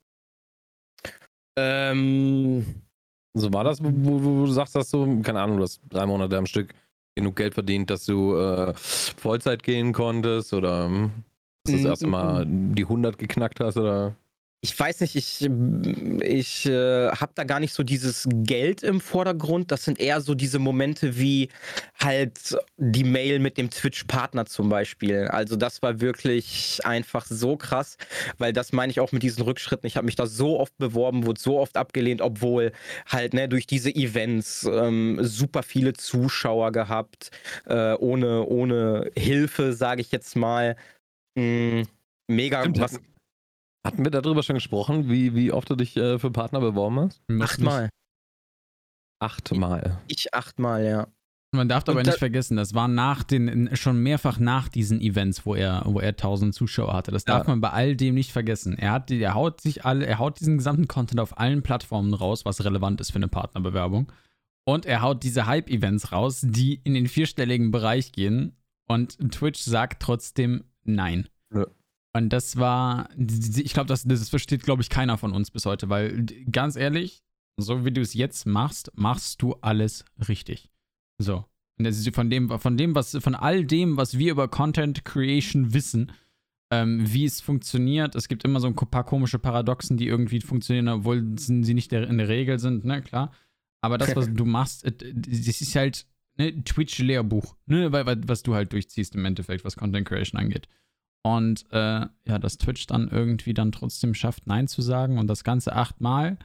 So war das, wo du sagst, dass du, keine Ahnung, du hast 3 Monate am Stück genug Geld verdient, dass du Vollzeit gehen konntest oder dass du das erste Mal die 100 geknackt hast oder? Ich weiß nicht, ich habe da gar nicht so dieses Geld im Vordergrund. Das sind eher so diese Momente wie halt die Mail mit dem Twitch-Partner zum Beispiel. Also das war wirklich einfach so krass, weil das meine ich auch mit diesen Rückschritten. Ich habe mich da so oft beworben, wurde so oft abgelehnt, obwohl halt durch diese Events super viele Zuschauer gehabt, ohne Hilfe, sage ich jetzt mal. Mega. Stimmt, hatten wir darüber schon gesprochen, wie oft du dich für Partner beworben hast? 8-mal. 8-mal. Ich 8-mal, ja. Man darf aber nicht vergessen, das war schon mehrfach nach diesen Events, wo er 1000 Zuschauer hatte. Das darf man bei all dem nicht vergessen. Er haut diesen gesamten Content auf allen Plattformen raus, was relevant ist für eine Partnerbewerbung. Und er haut diese Hype-Events raus, die in den 4-stelligen Bereich gehen. Und Twitch sagt trotzdem nein. Ja. Und das war, ich glaube, das versteht, glaube ich, keiner von uns bis heute, weil ganz ehrlich, so wie du es jetzt machst, machst du alles richtig. So. Und das ist von all dem, was wir über Content Creation wissen, wie es funktioniert. Es gibt immer so ein paar komische Paradoxen, die irgendwie funktionieren, obwohl sie nicht in der Regel sind, ne, klar. Aber das, was du machst, das ist halt Twitch-Lehrbuch, ne, was du halt durchziehst im Endeffekt, was Content Creation angeht. Und dass Twitch dann irgendwie dann trotzdem schafft, Nein zu sagen und das Ganze 8-mal,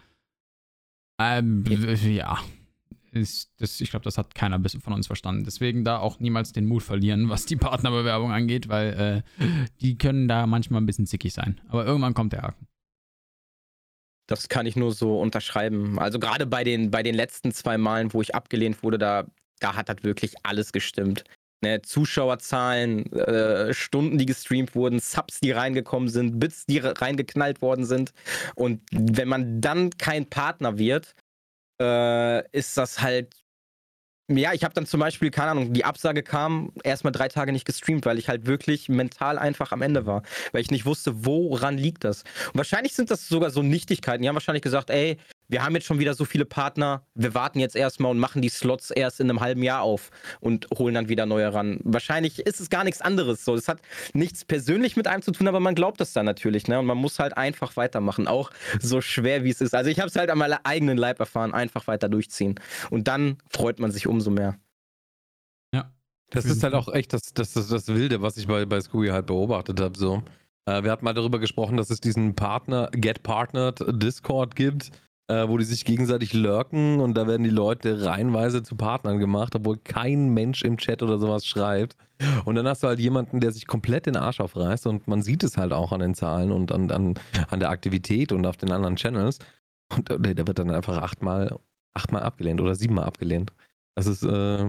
ich glaube, das hat keiner von uns verstanden. Deswegen da auch niemals den Mut verlieren, was die Partnerbewerbung angeht, weil die können da manchmal ein bisschen zickig sein. Aber irgendwann kommt der Haken. Das kann ich nur so unterschreiben. Also gerade bei den letzten 2 Malen, wo ich abgelehnt wurde, da hat das wirklich alles gestimmt. Ne, Zuschauerzahlen, Stunden, die gestreamt wurden, Subs, die reingekommen sind, Bits, die reingeknallt worden sind. Und wenn man dann kein Partner wird, ist das halt. Ja, ich habe dann zum Beispiel, keine Ahnung, die Absage kam, erstmal 3 Tage nicht gestreamt, weil ich halt wirklich mental einfach am Ende war. Weil ich nicht wusste, woran liegt das. Und wahrscheinlich sind das sogar so Nichtigkeiten. Die haben wahrscheinlich gesagt, ey, wir haben jetzt schon wieder so viele Partner, wir warten jetzt erstmal und machen die Slots erst in einem halben Jahr auf und holen dann wieder neue ran. Wahrscheinlich ist es gar nichts anderes. So, es hat nichts persönlich mit einem zu tun, aber man glaubt das dann natürlich, ne? Und man muss halt einfach weitermachen, auch so schwer wie es ist. Also ich habe es halt an meinem eigenen Leib erfahren, einfach weiter durchziehen. Und dann freut man sich umso mehr. Ja. Das ist halt auch echt das Wilde, was ich bei Scooby halt beobachtet habe. So. Wir hatten mal darüber gesprochen, dass es diesen Get Partnered Discord gibt, wo die sich gegenseitig lurken und da werden die Leute reihenweise zu Partnern gemacht, obwohl kein Mensch im Chat oder sowas schreibt. Und dann hast du halt jemanden, der sich komplett den Arsch aufreißt und man sieht es halt auch an den Zahlen und an der Aktivität und auf den anderen Channels. Und der wird dann einfach 8-mal abgelehnt oder 7-mal abgelehnt. Das ist,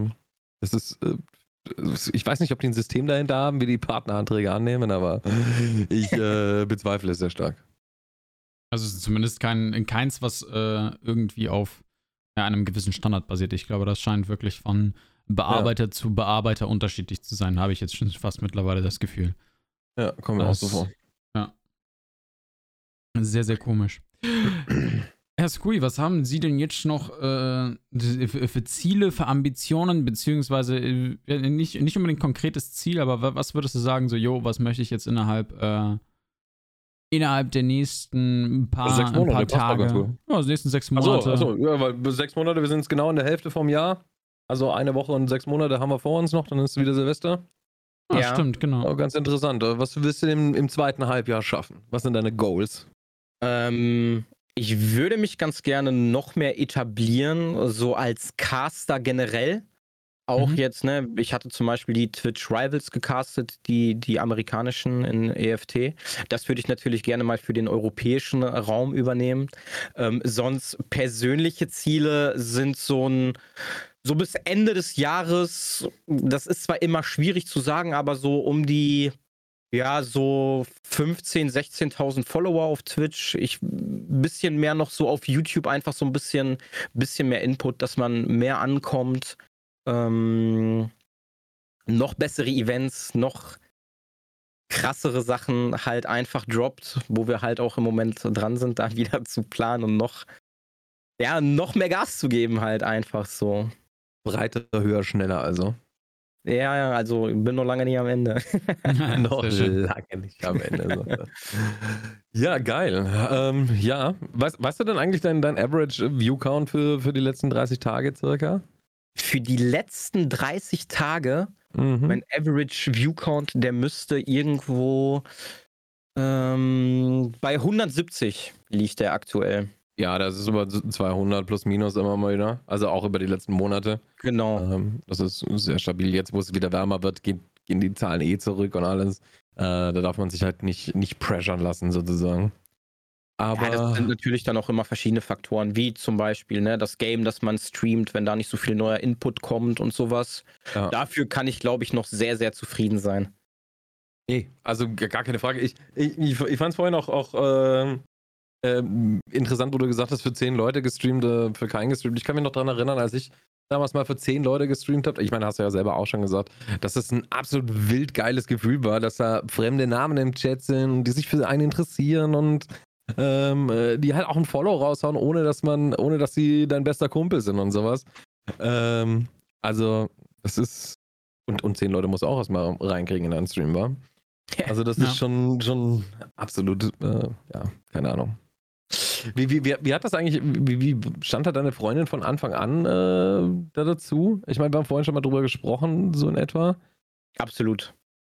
ich weiß nicht, ob die ein System dahinter haben, wie die Partneranträge annehmen, aber ich bezweifle es sehr stark. Also es ist zumindest keins, was irgendwie auf einem gewissen Standard basiert. Ich glaube, das scheint wirklich von Bearbeiter zu Bearbeiter unterschiedlich zu sein. Habe ich jetzt schon fast mittlerweile das Gefühl. Ja, kommt mir auch so vor. Ja. Sehr, sehr komisch. Herr Scooby, was haben Sie denn jetzt noch für Ziele, für Ambitionen, beziehungsweise nicht unbedingt konkretes Ziel, aber was würdest du sagen, so, was möchte ich jetzt innerhalb der nächsten paar Tage? Ja, die nächsten 6 Monate. Achso, ja, weil 6 Monate, wir sind jetzt genau in der Hälfte vom Jahr. Also 1 Woche und 6 Monate haben wir vor uns noch, dann ist wieder Silvester. Ja, stimmt, genau. Aber ganz interessant. Was willst du denn im zweiten Halbjahr schaffen? Was sind deine Goals? Ich würde mich ganz gerne noch mehr etablieren, so als Caster generell. Auch jetzt, ne, ich hatte zum Beispiel die Twitch Rivals gecastet, die amerikanischen in EFT. Das würde ich natürlich gerne mal für den europäischen Raum übernehmen. Sonst persönliche Ziele sind so bis Ende des Jahres, das ist zwar immer schwierig zu sagen, aber so um die, ja, so 15.000, 16.000 Follower auf Twitch. Ein bisschen mehr noch so auf YouTube, einfach so ein bisschen mehr Input, dass man mehr ankommt. Noch bessere Events, noch krassere Sachen halt einfach droppt, wo wir halt auch im Moment dran sind, da wieder zu planen und noch mehr Gas zu geben, halt einfach so. Breiter, höher, schneller also. Ja, also ich bin noch lange nicht am Ende. Noch lange nicht am Ende. Ja, geil. Ja, weißt du denn eigentlich dein Average View Count für die letzten 30 Tage circa? Für die letzten 30 Tage, mein Average View Count, der müsste irgendwo bei 170 liegt der aktuell. Ja, das ist über 200 plus minus immer mal wieder. Also auch über die letzten Monate. Genau. Das ist sehr stabil. Jetzt, wo es wieder wärmer wird, gehen die Zahlen zurück und alles. Da darf man sich halt nicht pressuren lassen, sozusagen. Aber das sind natürlich dann auch immer verschiedene Faktoren, wie zum Beispiel, ne, das Game, das man streamt, wenn da nicht so viel neuer Input kommt und sowas. Ja. Dafür kann ich, glaube ich, noch sehr, sehr zufrieden sein. Nee, also gar keine Frage. Ich fand es vorhin auch interessant, wo du gesagt hast, für 10 Leute gestreamt, für keinen gestreamt. Ich kann mich noch daran erinnern, als ich damals mal für 10 Leute gestreamt habe. Ich meine, hast du ja selber auch schon gesagt, dass das ein absolut wild geiles Gefühl war, dass da fremde Namen im Chat sind, die sich für einen interessieren und die halt auch ein Follow raushauen, ohne dass sie dein bester Kumpel sind und sowas. Also, das ist. Und 10 Leute muss auch erstmal reinkriegen in deinen Stream, wa? Also, das ist schon absolut, ja, keine Ahnung. Wie hat das eigentlich, wie stand da deine Freundin von Anfang an da dazu? Ich meine, wir haben vorhin schon mal drüber gesprochen, so in etwa. Absolut.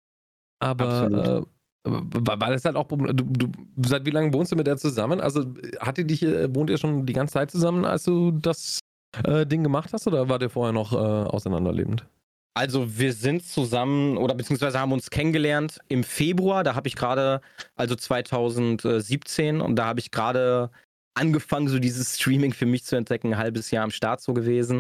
Aber war das halt auch, du seit wie lange wohnst du mit der zusammen? Also wohnt ihr schon die ganze Zeit zusammen, als du das Ding gemacht hast, oder war der vorher noch auseinanderlebend? Also wir sind zusammen, oder beziehungsweise haben uns kennengelernt im Februar, da habe ich gerade, also 2017, und da habe ich gerade angefangen, so dieses Streaming für mich zu entdecken, ein halbes Jahr am Start so gewesen.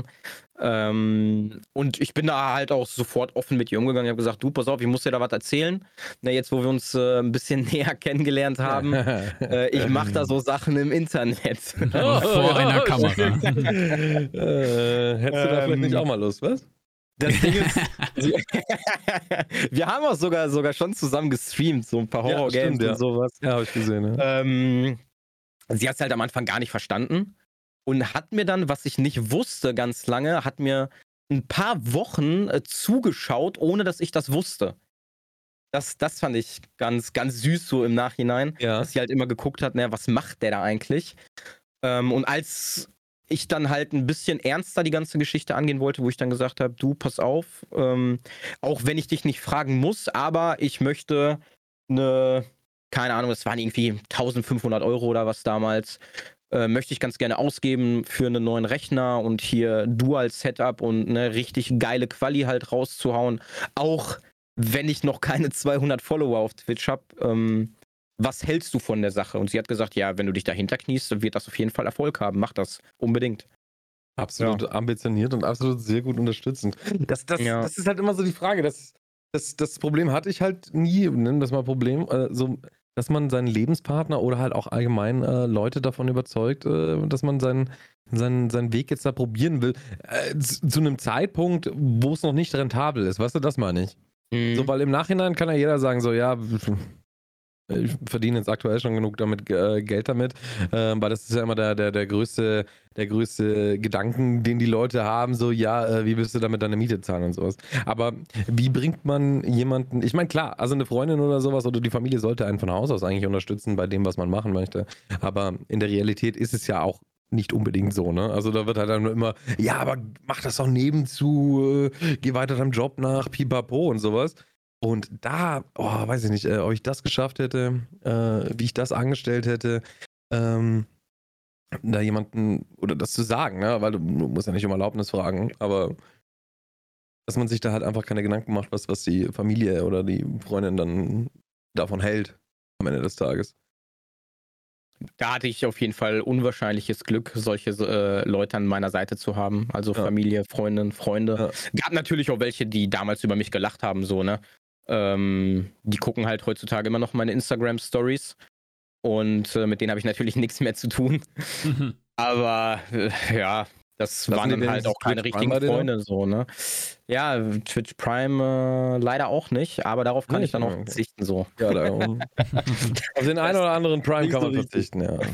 Und ich bin da halt auch sofort offen mit ihr umgegangen. Ich habe gesagt, du, pass auf, ich muss dir da was erzählen. Na, jetzt, wo wir uns ein bisschen näher kennengelernt haben, ich mache da so Sachen im Internet. Vor einer Kamera. Hättest du da vielleicht nicht auch mal Lust, was? Das Ding ist, wir haben auch sogar schon zusammen gestreamt, so ein paar Horror-Games und sowas. Ja, habe ich gesehen. Ja. Sie hat es halt am Anfang gar nicht verstanden und hat mir dann, was ich nicht wusste ganz lange, hat mir ein paar Wochen zugeschaut, ohne dass ich das wusste. Das fand ich ganz, ganz süß so im Nachhinein, dass sie halt immer geguckt hat, naja, was macht der da eigentlich? Und als ich dann halt ein bisschen ernster die ganze Geschichte angehen wollte, wo ich dann gesagt habe, du, pass auf, auch wenn ich dich nicht fragen muss, aber ich möchte keine Ahnung, das waren irgendwie 1.500 Euro oder was damals, möchte ich ganz gerne ausgeben für einen neuen Rechner und hier Dual-Setup und eine richtig geile Quali halt rauszuhauen, auch wenn ich noch keine 200 Follower auf Twitch habe. Was hältst du von der Sache? Und sie hat gesagt, ja, wenn du dich dahinter kniest, wird das auf jeden Fall Erfolg haben. Mach das unbedingt. Absolut ambitioniert und absolut sehr gut unterstützend. Das ist halt immer so die Frage. Das Problem hatte ich halt nie, nennen wir das mal Problem, so, dass man seinen Lebenspartner oder halt auch allgemein Leute davon überzeugt, dass man seinen Weg jetzt da probieren will, zu einem Zeitpunkt, wo es noch nicht rentabel ist. Weißt du, das meine ich. So, weil im Nachhinein kann ja jeder sagen, so, ja, ich verdiene jetzt aktuell schon genug Geld damit, weil das ist ja immer der größte Gedanken, den die Leute haben, so, ja, wie willst du damit deine Miete zahlen und sowas. Aber wie bringt man jemanden, ich meine, klar, also eine Freundin oder sowas oder die Familie sollte einen von Haus aus eigentlich unterstützen bei dem, was man machen möchte, aber in der Realität ist es ja auch nicht unbedingt so, ne? Also da wird halt dann nur immer, ja, aber mach das doch nebenzu, geh weiter deinem Job nach, pipapo und sowas. Und da, weiß ich nicht, ob ich das geschafft hätte, wie ich das angestellt hätte, da jemanden, oder das zu sagen, ne? Weil du musst ja nicht um Erlaubnis fragen, aber dass man sich da halt einfach keine Gedanken macht, was die Familie oder die Freundin dann davon hält am Ende des Tages. Da hatte ich auf jeden Fall unwahrscheinliches Glück, solche Leute an meiner Seite zu haben. Also Ja. Familie, Freundin, Freunde. Ja. Gab natürlich auch welche, die damals über mich gelacht haben, so, ne? Die gucken halt heutzutage immer noch meine Instagram-Stories. Und mit denen habe ich natürlich nichts mehr zu tun. Aber ja, das Lassen waren die dann halt wenigstens auch keine Twitch Prime richtigen bei dir? Freunde, so, ne? Ja, Twitch Prime leider auch nicht, aber darauf kann ich Nicht? dann auch Okay. verzichten, so. Ja, auf den einen oder anderen Prime Nicht kann so man wichtig. verzichten, ja.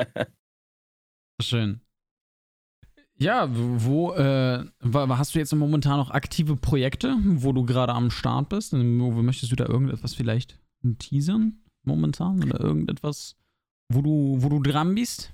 Schön. Ja, wo hast du jetzt momentan noch aktive Projekte, wo du gerade am Start bist? Möchtest du da irgendetwas vielleicht teasern momentan? Oder irgendetwas, wo du dran bist?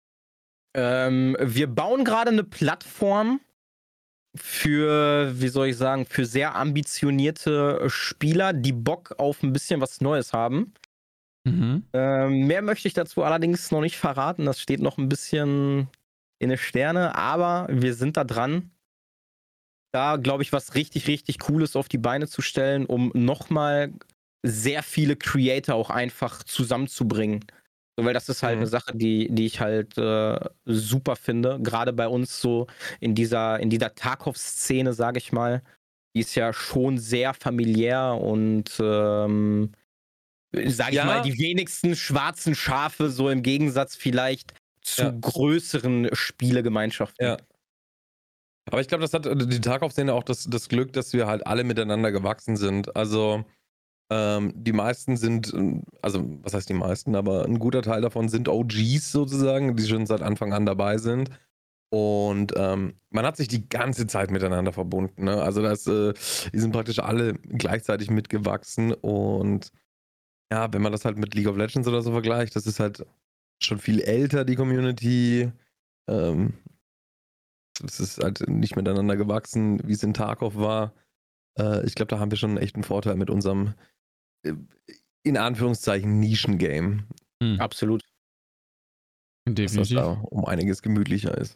Wir bauen gerade eine Plattform für, wie soll ich sagen, für sehr ambitionierte Spieler, die Bock auf ein bisschen was Neues haben. Mhm. Mehr möchte ich dazu allerdings noch nicht verraten. Das steht noch ein bisschen in den Sterne, aber wir sind da dran, da, glaube ich, was richtig, richtig Cooles auf die Beine zu stellen, um nochmal sehr viele Creator auch einfach zusammenzubringen. So, weil das ist halt eine Sache, die ich halt super finde. Gerade bei uns so in dieser Tarkov-Szene, sage ich mal. Die ist ja schon sehr familiär und sage ich mal, die wenigsten schwarzen Schafe, so im Gegensatz vielleicht zu größeren Spielegemeinschaften. Ja. Aber ich glaube, das hat die Tarkov-Szene auch das Glück, dass wir halt alle miteinander gewachsen sind. Also die meisten sind, also was heißt die meisten, aber ein guter Teil davon sind OGs sozusagen, die schon seit Anfang an dabei sind. Und man hat sich die ganze Zeit miteinander verbunden. Ne? Also die sind praktisch alle gleichzeitig mitgewachsen. Und ja, wenn man das halt mit League of Legends oder so vergleicht, das ist halt schon viel älter, die Community. Es ist halt nicht miteinander gewachsen, wie es in Tarkov war. Ich glaube, da haben wir schon echt einen Vorteil mit unserem in Anführungszeichen Nischen-Game. Absolut. Definitiv. Dass das da um einiges gemütlicher ist.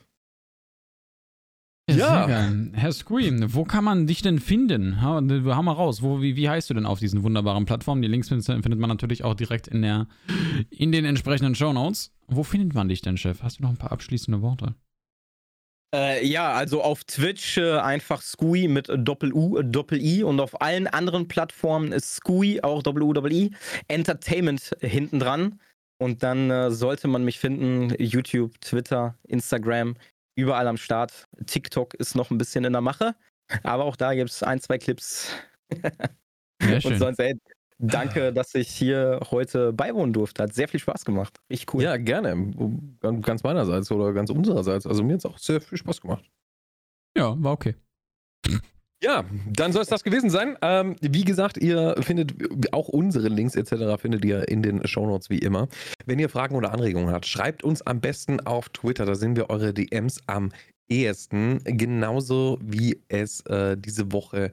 Ja. Sehr geil. Herr Scream, wo kann man dich denn finden? Hau mal raus. Wie heißt du denn auf diesen wunderbaren Plattformen? Die Links findet man natürlich auch direkt in den entsprechenden Shownotes. Wo findet man dich denn, Chef? Hast du noch ein paar abschließende Worte? Ja, also auf Twitch einfach Skui mit Doppel-U, Doppel-I und auf allen anderen Plattformen ist Skui, auch Doppel-U, Entertainment hinten dran. Und dann sollte man mich finden, YouTube, Twitter, Instagram, überall am Start. TikTok ist noch ein bisschen in der Mache, aber auch da gibt es 1, 2 Clips. Sehr schön. Und sonst, danke, dass ich hier heute beiwohnen durfte. Hat sehr viel Spaß gemacht. Richtig cool. Ja, gerne. Ganz meinerseits oder ganz unsererseits. Also mir hat es auch sehr viel Spaß gemacht. Ja, war okay. Ja, dann soll es das gewesen sein. Wie gesagt, ihr findet auch unsere Links etc. findet ihr in den Shownotes wie immer. Wenn ihr Fragen oder Anregungen habt, schreibt uns am besten auf Twitter. Da sehen wir eure DMs am ehesten. Genauso wie es diese Woche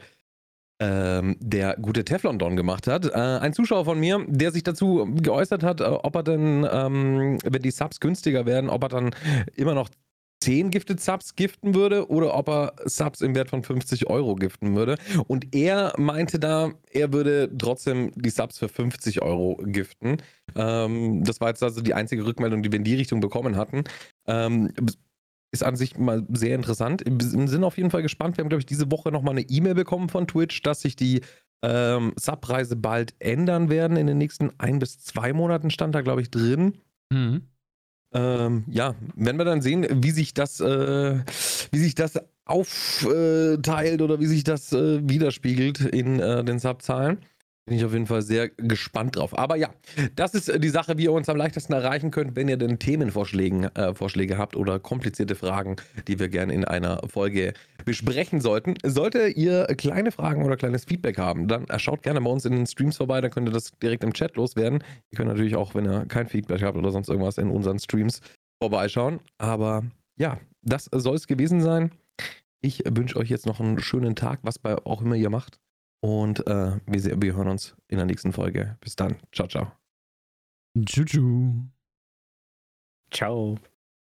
der gute Teflon Don gemacht hat. Ein Zuschauer von mir, der sich dazu geäußert hat, ob er denn, wenn die Subs günstiger werden, ob er dann immer noch 10 Gifted Subs giften würde oder ob er Subs im Wert von 50 € giften würde. Und er meinte da, er würde trotzdem die Subs für 50 € giften. Das war jetzt also die einzige Rückmeldung, die wir in die Richtung bekommen hatten. Ist an sich mal sehr interessant. Wir sind auf jeden Fall gespannt. Wir haben, glaube ich, diese Woche nochmal eine E-Mail bekommen von Twitch, dass sich die Subpreise bald ändern werden. In den nächsten 1 bis 2 Monaten stand da, glaube ich, drin. Mhm. Ja, werden wir dann sehen, wie sich das aufteilt oder wie sich das widerspiegelt in den Subzahlen. Bin ich auf jeden Fall sehr gespannt drauf. Aber ja, das ist die Sache, wie ihr uns am leichtesten erreichen könnt, wenn ihr denn Themenvorschläge habt oder komplizierte Fragen, die wir gerne in einer Folge besprechen sollten. Solltet ihr kleine Fragen oder kleines Feedback haben, dann schaut gerne bei uns in den Streams vorbei, dann könnt ihr das direkt im Chat loswerden. Ihr könnt natürlich auch, wenn ihr kein Feedback habt oder sonst irgendwas, in unseren Streams vorbeischauen. Aber ja, das soll es gewesen sein. Ich wünsche euch jetzt noch einen schönen Tag, was bei auch immer ihr macht. Und wir hören uns in der nächsten Folge. Bis dann. Ciao, ciao. Tschu. Ciao.